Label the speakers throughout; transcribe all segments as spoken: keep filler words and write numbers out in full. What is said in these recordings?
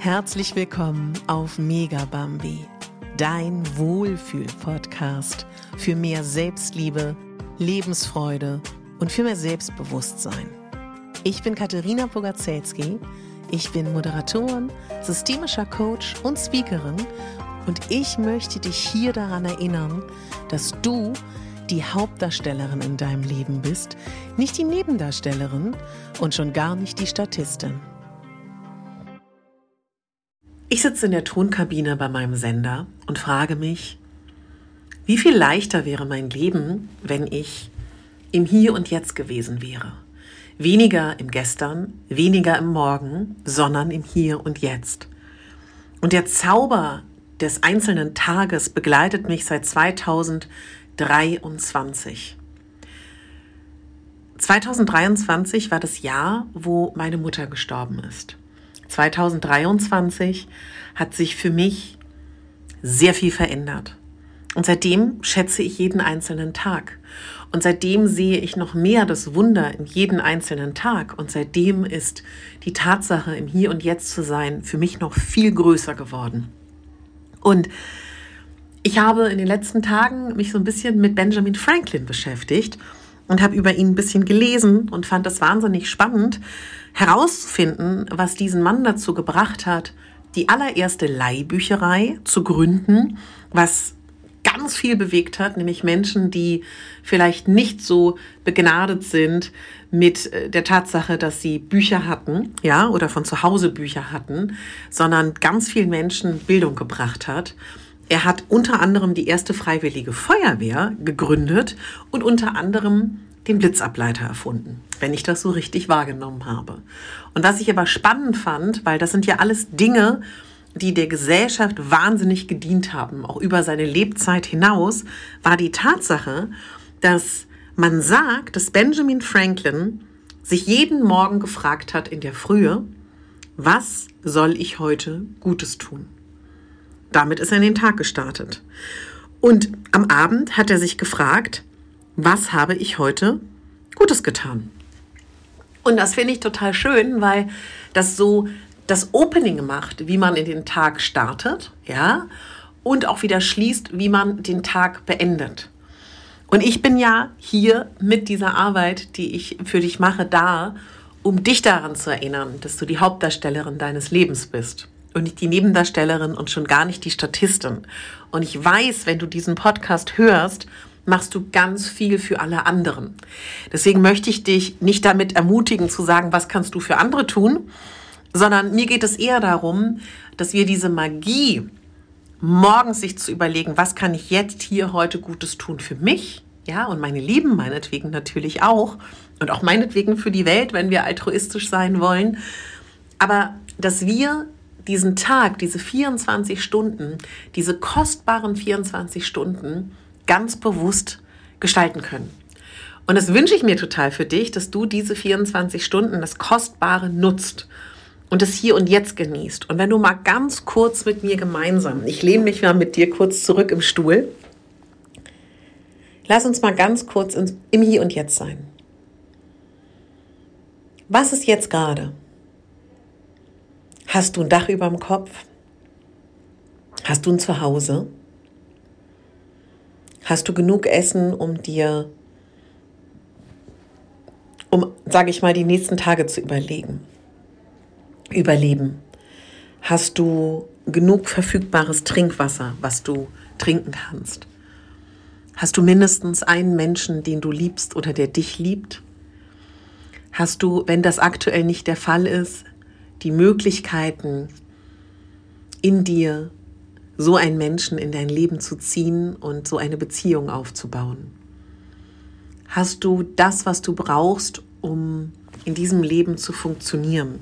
Speaker 1: Herzlich willkommen auf Mega Bambi, dein Wohlfühl-Podcast für mehr Selbstliebe, Lebensfreude und für mehr Selbstbewusstsein. Ich bin Katharina Pogacelski, ich bin Moderatorin, systemischer Coach und Speakerin und ich möchte dich hier daran erinnern, dass du die Hauptdarstellerin in deinem Leben bist, nicht die Nebendarstellerin und schon gar nicht die Statistin. Ich sitze in der Tonkabine bei meinem Sender und frage mich, wie viel leichter wäre mein Leben, wenn ich im Hier und Jetzt gewesen wäre. Weniger im Gestern, weniger im Morgen, sondern im Hier und Jetzt. Und der Zauber des einzelnen Tages begleitet mich seit zweitausenddreiundzwanzig. zweitausenddreiundzwanzig war das Jahr, wo meine Mutter gestorben ist. zweitausenddreiundzwanzig hat sich für mich sehr viel verändert. Und seitdem schätze ich jeden einzelnen Tag. Und seitdem sehe ich noch mehr das Wunder in jeden einzelnen Tag. Und seitdem ist die Tatsache, im Hier und Jetzt zu sein, für mich noch viel größer geworden. Und ich habe in den letzten Tagen mich so ein bisschen mit Benjamin Franklin beschäftigt und habe über ihn ein bisschen gelesen und fand das wahnsinnig spannend, herauszufinden, was diesen Mann dazu gebracht hat, die allererste Leihbücherei zu gründen, was ganz viel bewegt hat, nämlich Menschen, die vielleicht nicht so begnadet sind mit der Tatsache, dass sie Bücher hatten, ja, oder von zu Hause Bücher hatten, sondern ganz vielen Menschen Bildung gebracht hat. Er hat unter anderem die erste Freiwillige Feuerwehr gegründet und unter anderem den Blitzableiter erfunden, wenn ich das so richtig wahrgenommen habe. Und was ich aber spannend fand, weil das sind ja alles Dinge, die der Gesellschaft wahnsinnig gedient haben, auch über seine Lebzeit hinaus, war die Tatsache, dass man sagt, dass Benjamin Franklin sich jeden Morgen gefragt hat in der Frühe, was soll ich heute Gutes tun? Damit ist er in den Tag gestartet. Und am Abend hat er sich gefragt, was habe ich heute Gutes getan? Und das finde ich total schön, weil das so das Opening macht, wie man in den Tag startet, ja, und auch wieder schließt, wie man den Tag beendet. Und ich bin ja hier mit dieser Arbeit, die ich für dich mache, da, um dich daran zu erinnern, dass du die Hauptdarstellerin deines Lebens bist und nicht die Nebendarstellerin und schon gar nicht die Statistin. Und ich weiß, wenn du diesen Podcast hörst, machst du ganz viel für alle anderen. Deswegen möchte ich dich nicht damit ermutigen zu sagen, was kannst du für andere tun, sondern mir geht es eher darum, dass wir diese Magie, morgens sich zu überlegen, was kann ich jetzt hier heute Gutes tun für mich, ja, und meine Lieben meinetwegen natürlich auch und auch meinetwegen für die Welt, wenn wir altruistisch sein wollen, aber dass wir diesen Tag, diese vierundzwanzig Stunden, diese kostbaren vierundzwanzig Stunden ganz bewusst gestalten können. Und das wünsche ich mir total für dich, dass du diese vierundzwanzig Stunden, das Kostbare nutzt und das Hier und Jetzt genießt. Und wenn du mal ganz kurz mit mir gemeinsam, ich lehne mich mal mit dir kurz zurück im Stuhl, lass uns mal ganz kurz ins, im Hier und Jetzt sein. Was ist jetzt gerade? Hast du ein Dach über dem Kopf? Hast du ein Zuhause? Hast du genug Essen, um dir, um, sage ich mal, die nächsten Tage zu überlegen, überleben? Hast du genug verfügbares Trinkwasser, was du trinken kannst? Hast du mindestens einen Menschen, den du liebst oder der dich liebt? Hast du, wenn das aktuell nicht der Fall ist, die Möglichkeiten in dir, so einen Menschen in dein Leben zu ziehen und so eine Beziehung aufzubauen? Hast du das, was du brauchst, um in diesem Leben zu funktionieren?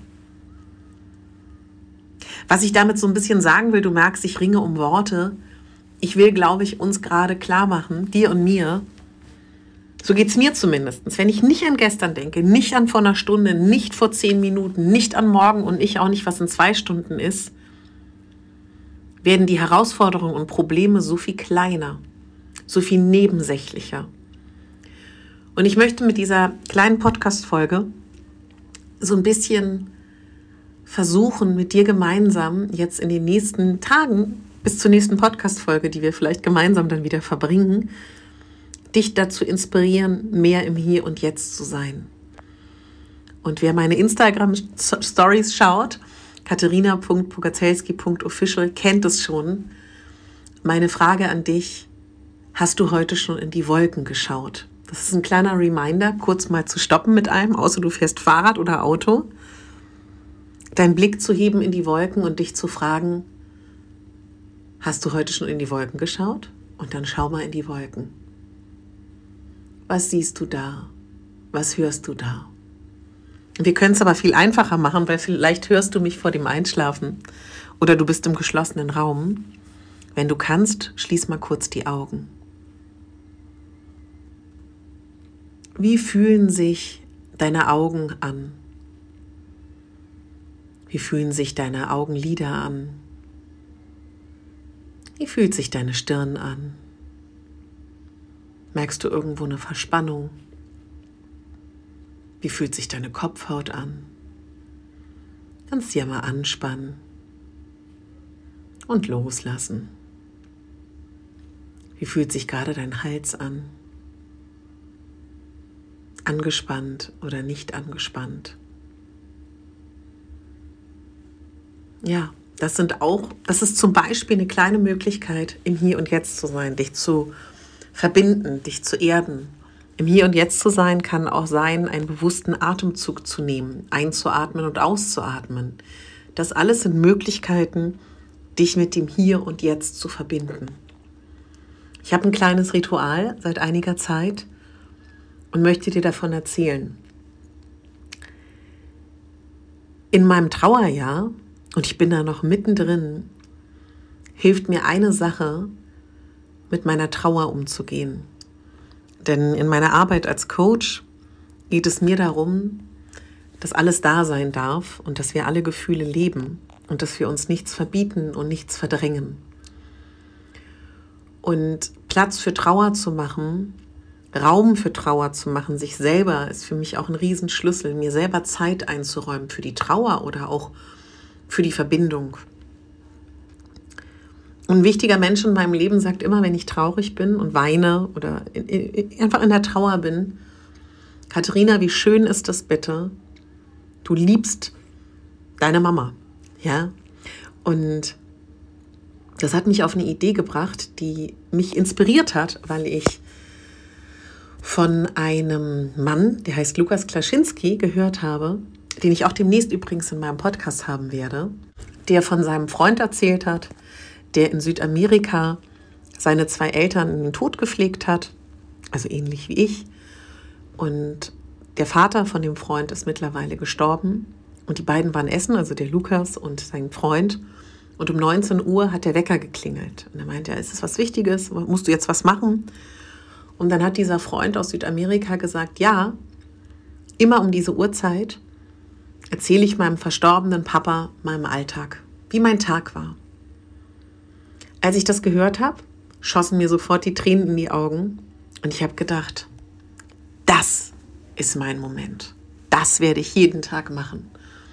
Speaker 1: Was ich damit so ein bisschen sagen will, du merkst, ich ringe um Worte. Ich will, glaube ich, uns gerade klar machen, dir und mir, so geht es mir zumindest, wenn ich nicht an gestern denke, nicht an vor einer Stunde, nicht vor zehn Minuten, nicht an morgen und ich auch nicht, was in zwei Stunden ist, werden die Herausforderungen und Probleme so viel kleiner, so viel nebensächlicher. Und ich möchte mit dieser kleinen Podcast-Folge so ein bisschen versuchen, mit dir gemeinsam jetzt in den nächsten Tagen bis zur nächsten Podcast-Folge, die wir vielleicht gemeinsam dann wieder verbringen, dich dazu inspirieren, mehr im Hier und Jetzt zu sein. Und wer meine Instagram-Stories schaut, katharina punkt pogacelski punkt official, kennt es schon. Meine Frage an dich: Hast du heute schon in die Wolken geschaut? Das ist ein kleiner Reminder, kurz mal zu stoppen mit einem, außer du fährst Fahrrad oder Auto. Deinen Blick zu heben in die Wolken und dich zu fragen: Hast du heute schon in die Wolken geschaut? Und dann schau mal in die Wolken. Was siehst du da? Was hörst du da? Wir können es aber viel einfacher machen, weil vielleicht hörst du mich vor dem Einschlafen oder du bist im geschlossenen Raum. Wenn du kannst, schließ mal kurz die Augen. Wie fühlen sich deine Augen an? Wie fühlen sich deine Augenlider an? Wie fühlt sich deine Stirn an? Merkst du irgendwo eine Verspannung? Wie fühlt sich deine Kopfhaut an? Kannst du ja mal anspannen und loslassen. Wie fühlt sich gerade dein Hals an? Angespannt oder nicht angespannt? Ja, das sind auch, das ist zum Beispiel eine kleine Möglichkeit, im Hier und Jetzt zu sein, dich zu verbinden, dich zu erden. Im Hier und Jetzt zu sein kann auch sein, einen bewussten Atemzug zu nehmen, einzuatmen und auszuatmen. Das alles sind Möglichkeiten, dich mit dem Hier und Jetzt zu verbinden. Ich habe ein kleines Ritual seit einiger Zeit und möchte dir davon erzählen. In meinem Trauerjahr, und ich bin da noch mittendrin, hilft mir eine Sache, mit meiner Trauer umzugehen. Denn in meiner Arbeit als Coach geht es mir darum, dass alles da sein darf und dass wir alle Gefühle leben und dass wir uns nichts verbieten und nichts verdrängen. Und Platz für Trauer zu machen, Raum für Trauer zu machen, sich selber, ist für mich auch ein Riesenschlüssel, mir selber Zeit einzuräumen für die Trauer oder auch für die Verbindung. Ein wichtiger Mensch in meinem Leben sagt immer, wenn ich traurig bin und weine oder in, in, einfach in der Trauer bin: Katharina, wie schön ist das bitte? Du liebst deine Mama. Ja? Und das hat mich auf eine Idee gebracht, die mich inspiriert hat, weil ich von einem Mann, der heißt Lukas Klaschinski, gehört habe, den ich auch demnächst übrigens in meinem Podcast haben werde, der von seinem Freund erzählt hat, der in Südamerika seine zwei Eltern in den Tod gepflegt hat, also ähnlich wie ich. Und der Vater von dem Freund ist mittlerweile gestorben und die beiden waren essen, also der Lukas und sein Freund. Und um neunzehn Uhr hat der Wecker geklingelt. Und er meinte, ja, ist es was Wichtiges? Musst du jetzt was machen? Und dann hat dieser Freund aus Südamerika gesagt, ja, immer um diese Uhrzeit erzähle ich meinem verstorbenen Papa meinem Alltag, wie mein Tag war. Als ich das gehört habe, schossen mir sofort die Tränen in die Augen und ich habe gedacht, das ist mein Moment. Das werde ich jeden Tag machen.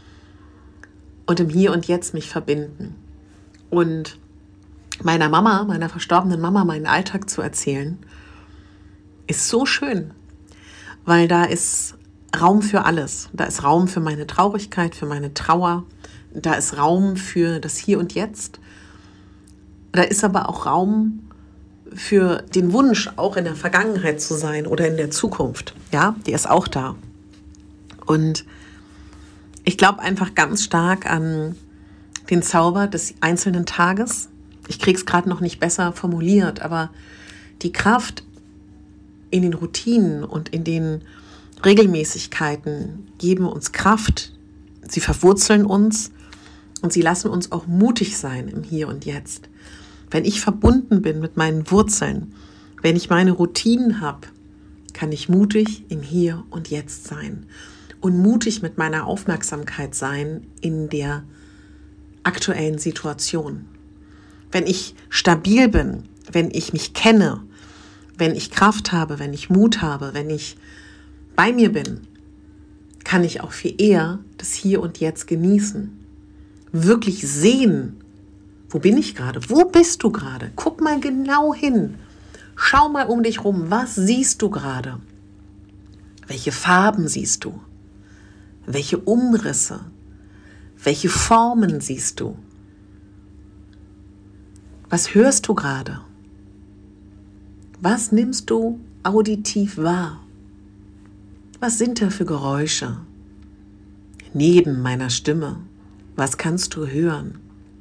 Speaker 1: Und im Hier und Jetzt mich verbinden. Und meiner Mama, meiner verstorbenen Mama, meinen Alltag zu erzählen, ist so schön, weil da ist Raum für alles. Da ist Raum für meine Traurigkeit, für meine Trauer. Da ist Raum für das Hier und Jetzt. Da ist aber auch Raum für den Wunsch, auch in der Vergangenheit zu sein oder in der Zukunft. Ja, die ist auch da. Und ich glaube einfach ganz stark an den Zauber des einzelnen Tages. Ich kriege es gerade noch nicht besser formuliert, aber die Kraft in den Routinen und in den Regelmäßigkeiten geben uns Kraft. Sie verwurzeln uns und sie lassen uns auch mutig sein im Hier und Jetzt. Wenn ich verbunden bin mit meinen Wurzeln, wenn ich meine Routinen habe, kann ich mutig im Hier und Jetzt sein und mutig mit meiner Aufmerksamkeit sein in der aktuellen Situation. Wenn ich stabil bin, wenn ich mich kenne, wenn ich Kraft habe, wenn ich Mut habe, wenn ich bei mir bin, kann ich auch viel eher das Hier und Jetzt genießen. wirklich sehen, wo bin ich gerade? Wo bist du gerade? Guck mal genau hin. Schau mal um dich rum. Was siehst du gerade? Welche Farben siehst du? Welche Umrisse? Welche Formen siehst du? Was hörst du gerade? Was nimmst du auditiv wahr? Was sind da für Geräusche? Neben meiner Stimme, was kannst du hören?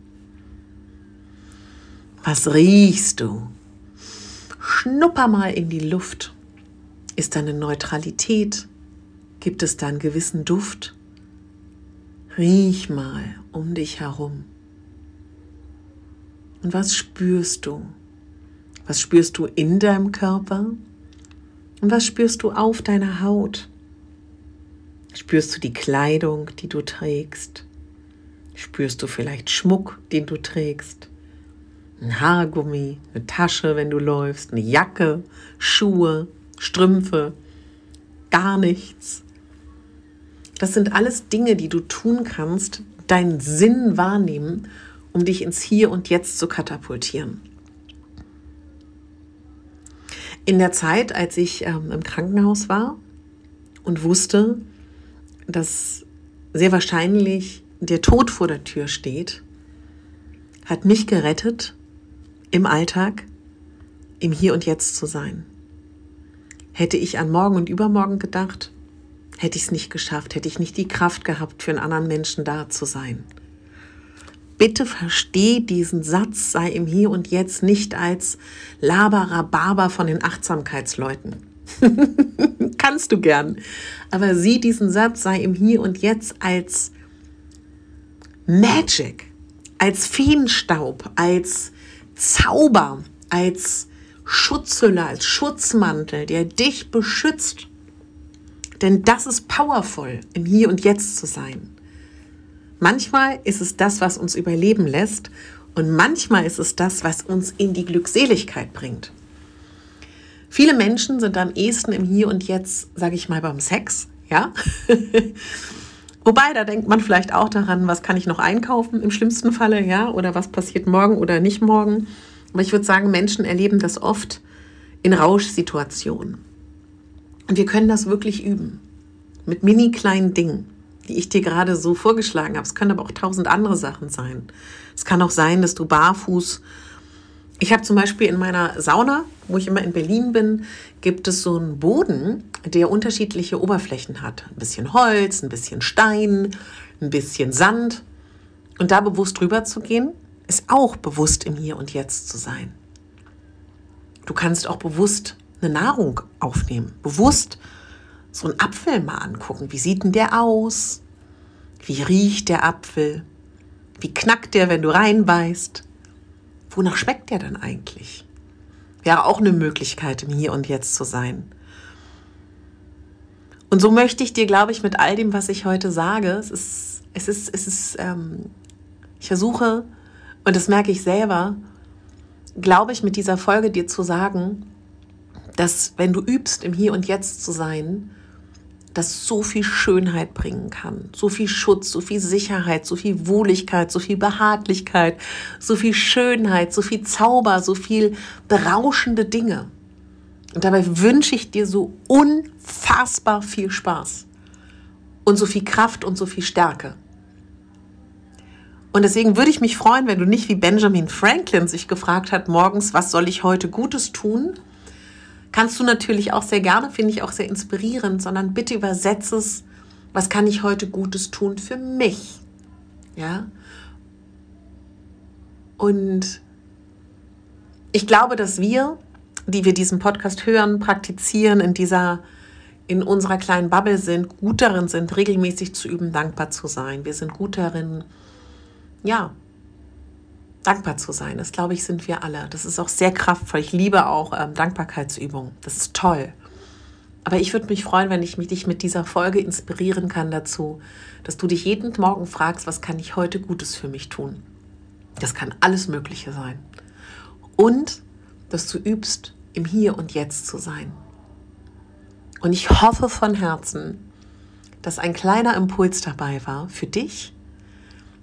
Speaker 1: Was riechst du? Schnupper mal in die Luft. Ist da eine Neutralität? Gibt es da einen gewissen Duft? Riech mal um dich herum. Und was spürst du? Was spürst du in deinem Körper? Und was spürst du auf deiner Haut? Spürst du die Kleidung, die du trägst? Spürst du vielleicht Schmuck, den du trägst? Ein Haargummi, eine Tasche, wenn du läufst, eine Jacke, Schuhe, Strümpfe, gar nichts. Das sind alles Dinge, die du tun kannst, deinen Sinn wahrnehmen, um dich ins Hier und Jetzt zu katapultieren. In der Zeit, als ich ähm, im Krankenhaus war und wusste, dass sehr wahrscheinlich der Tod vor der Tür steht, hat mich gerettet, im Alltag, im Hier und Jetzt zu sein. Hätte ich an morgen und übermorgen gedacht, hätte ich es nicht geschafft, hätte ich nicht die Kraft gehabt, für einen anderen Menschen da zu sein. Bitte versteh diesen Satz, sei im Hier und Jetzt nicht als Laber-Rababer von den Achtsamkeitsleuten. Kannst du gern. Aber sieh diesen Satz, sei im Hier und Jetzt als Magic, als Feenstaub, als Zauber, als Schutzhülle, als Schutzmantel, der dich beschützt. Denn das ist powerful, im Hier und Jetzt zu sein. Manchmal ist es das, was uns überleben lässt, und manchmal ist es das, was uns in die Glückseligkeit bringt. Viele Menschen sind am ehesten im Hier und Jetzt, sage ich mal, beim Sex, ja. Wobei, da denkt man vielleicht auch daran, was kann ich noch einkaufen im schlimmsten Falle, ja, oder was passiert morgen oder nicht morgen. Aber ich würde sagen, Menschen erleben das oft in Rauschsituationen. Und wir können das wirklich üben, mit mini kleinen Dingen, die ich dir gerade so vorgeschlagen habe. Es können aber auch tausend andere Sachen sein. Es kann auch sein, dass du barfuß... Ich habe zum Beispiel in meiner Sauna, wo ich immer in Berlin bin, gibt es so einen Boden, der unterschiedliche Oberflächen hat. Ein bisschen Holz, ein bisschen Stein, ein bisschen Sand. Und da bewusst drüber zu gehen, ist auch bewusst im Hier und Jetzt zu sein. Du kannst auch bewusst eine Nahrung aufnehmen. Bewusst so einen Apfel mal angucken. Wie sieht denn der aus? Wie riecht der Apfel? Wie knackt der, wenn du reinbeißt? Wonach schmeckt der denn eigentlich? Wäre auch eine Möglichkeit, im Hier und Jetzt zu sein. Und so möchte ich dir, glaube ich, mit all dem, was ich heute sage, es ist, es ist, es ist, ähm, ich versuche, und das merke ich selber, glaube ich, mit dieser Folge dir zu sagen, dass wenn du übst, im Hier und Jetzt zu sein, das so viel Schönheit bringen kann, so viel Schutz, so viel Sicherheit, so viel Wohligkeit, so viel Behaglichkeit, so viel Schönheit, so viel Zauber, so viel berauschende Dinge. Und dabei wünsche ich dir so unfassbar viel Spaß und so viel Kraft und so viel Stärke. Und deswegen würde ich mich freuen, wenn du nicht wie Benjamin Franklin sich gefragt hat morgens, was soll ich heute Gutes tun? Kannst du natürlich auch sehr gerne, finde ich auch sehr inspirierend, sondern bitte übersetze es, was kann ich heute Gutes tun für mich? Ja? Und ich glaube, dass wir, die wir diesen Podcast hören, praktizieren, in dieser, in unserer kleinen Bubble sind, gut darin sind, regelmäßig zu üben, dankbar zu sein. Wir sind gut darin, ja, dankbar zu sein. Das, glaube ich, sind wir alle. Das ist auch sehr kraftvoll. Ich liebe auch ähm, Dankbarkeitsübungen. Das ist toll. Aber ich würde mich freuen, wenn ich mich, dich mit dieser Folge inspirieren kann dazu, dass du dich jeden Morgen fragst, was kann ich heute Gutes für mich tun? Das kann alles Mögliche sein. Und dass du übst, im Hier und Jetzt zu sein. Und ich hoffe von Herzen, dass ein kleiner Impuls dabei war für dich,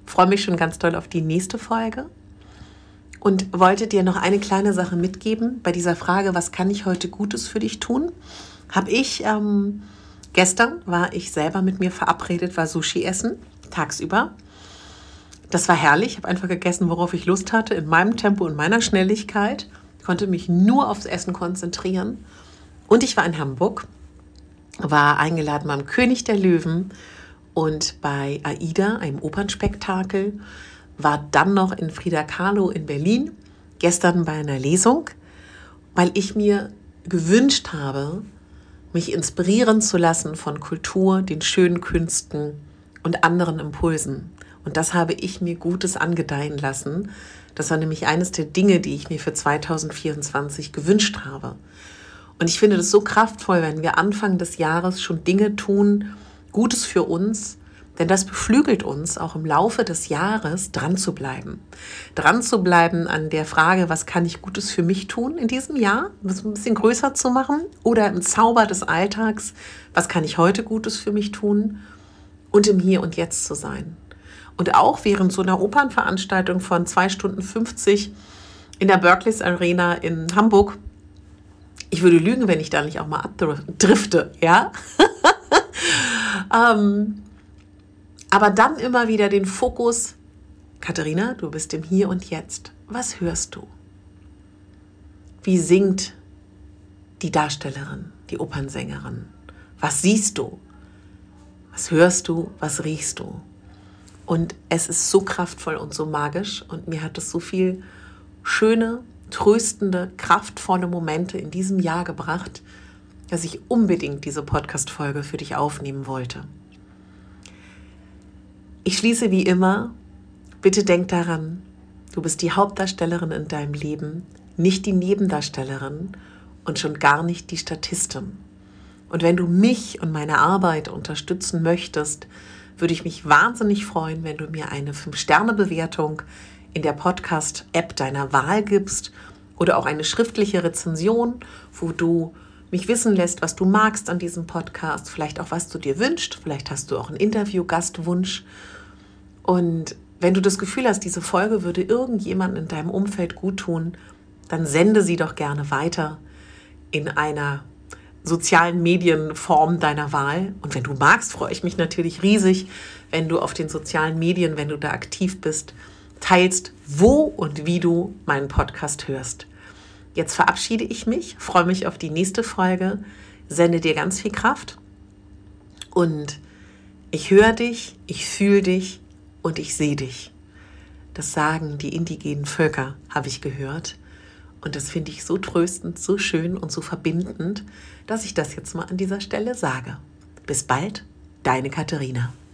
Speaker 1: freue mich schon ganz doll auf die nächste Folge und wollte dir noch eine kleine Sache mitgeben. Bei dieser Frage, was kann ich heute Gutes für dich tun, habe ich, ähm, gestern war ich selber mit mir verabredet, war Sushi essen, tagsüber. Das war herrlich, ich habe einfach gegessen, worauf ich Lust hatte, in meinem Tempo und meiner Schnelligkeit, konnte mich nur aufs Essen konzentrieren. Und ich war in Hamburg, war eingeladen beim König der Löwen und bei AIDA, einem Opernspektakel, war dann noch in Frida Kahlo in Berlin, gestern bei einer Lesung, weil ich mir gewünscht habe, mich inspirieren zu lassen von Kultur, den schönen Künsten und anderen Impulsen. Und das habe ich mir Gutes angedeihen lassen. Das war nämlich eines der Dinge, die ich mir für zwanzig vierundzwanzig gewünscht habe. Und ich finde das so kraftvoll, wenn wir Anfang des Jahres schon Dinge tun, Gutes für uns, denn das beflügelt uns, auch im Laufe des Jahres dran zu bleiben. Dran zu bleiben an der Frage, was kann ich Gutes für mich tun in diesem Jahr, das ein bisschen größer zu machen, oder im Zauber des Alltags, was kann ich heute Gutes für mich tun, und im Hier und Jetzt zu sein. Und auch während so einer Opernveranstaltung von zwei Stunden fünfzig in der Barclays Arena in Hamburg, ich würde lügen, wenn ich da nicht auch mal abdrifte, ja? ähm, aber dann immer wieder den Fokus, Katharina, du bist im Hier und Jetzt. Was hörst du? Wie singt die Darstellerin, die Opernsängerin? Was siehst du? Was hörst du? Was riechst du? Und es ist so kraftvoll und so magisch und mir hat es so viel schöne, tröstende, kraftvolle Momente in diesem Jahr gebracht, dass ich unbedingt diese Podcast-Folge für dich aufnehmen wollte. Ich schließe wie immer, bitte denk daran, du bist die Hauptdarstellerin in deinem Leben, nicht die Nebendarstellerin und schon gar nicht die Statistin. Und wenn du mich und meine Arbeit unterstützen möchtest, würde ich mich wahnsinnig freuen, wenn du mir eine fünf Sterne Bewertung in der Podcast-App deiner Wahl gibst oder auch eine schriftliche Rezension, wo du mich wissen lässt, was du magst an diesem Podcast, vielleicht auch, was du dir wünschst, vielleicht hast du auch einen Interviewgastwunsch. Und wenn du das Gefühl hast, diese Folge würde irgendjemandem in deinem Umfeld gut tun, dann sende sie doch gerne weiter in einer sozialen Medienform deiner Wahl. Und wenn du magst, freue ich mich natürlich riesig, wenn du auf den sozialen Medien, wenn du da aktiv bist, teilst, wo und wie du meinen Podcast hörst. Jetzt verabschiede ich mich, freue mich auf die nächste Folge, sende dir ganz viel Kraft und ich höre dich, ich fühle dich und ich sehe dich. Das sagen die indigenen Völker, habe ich gehört. Und das finde ich so tröstend, so schön und so verbindend, dass ich das jetzt mal an dieser Stelle sage. Bis bald, deine Katharina.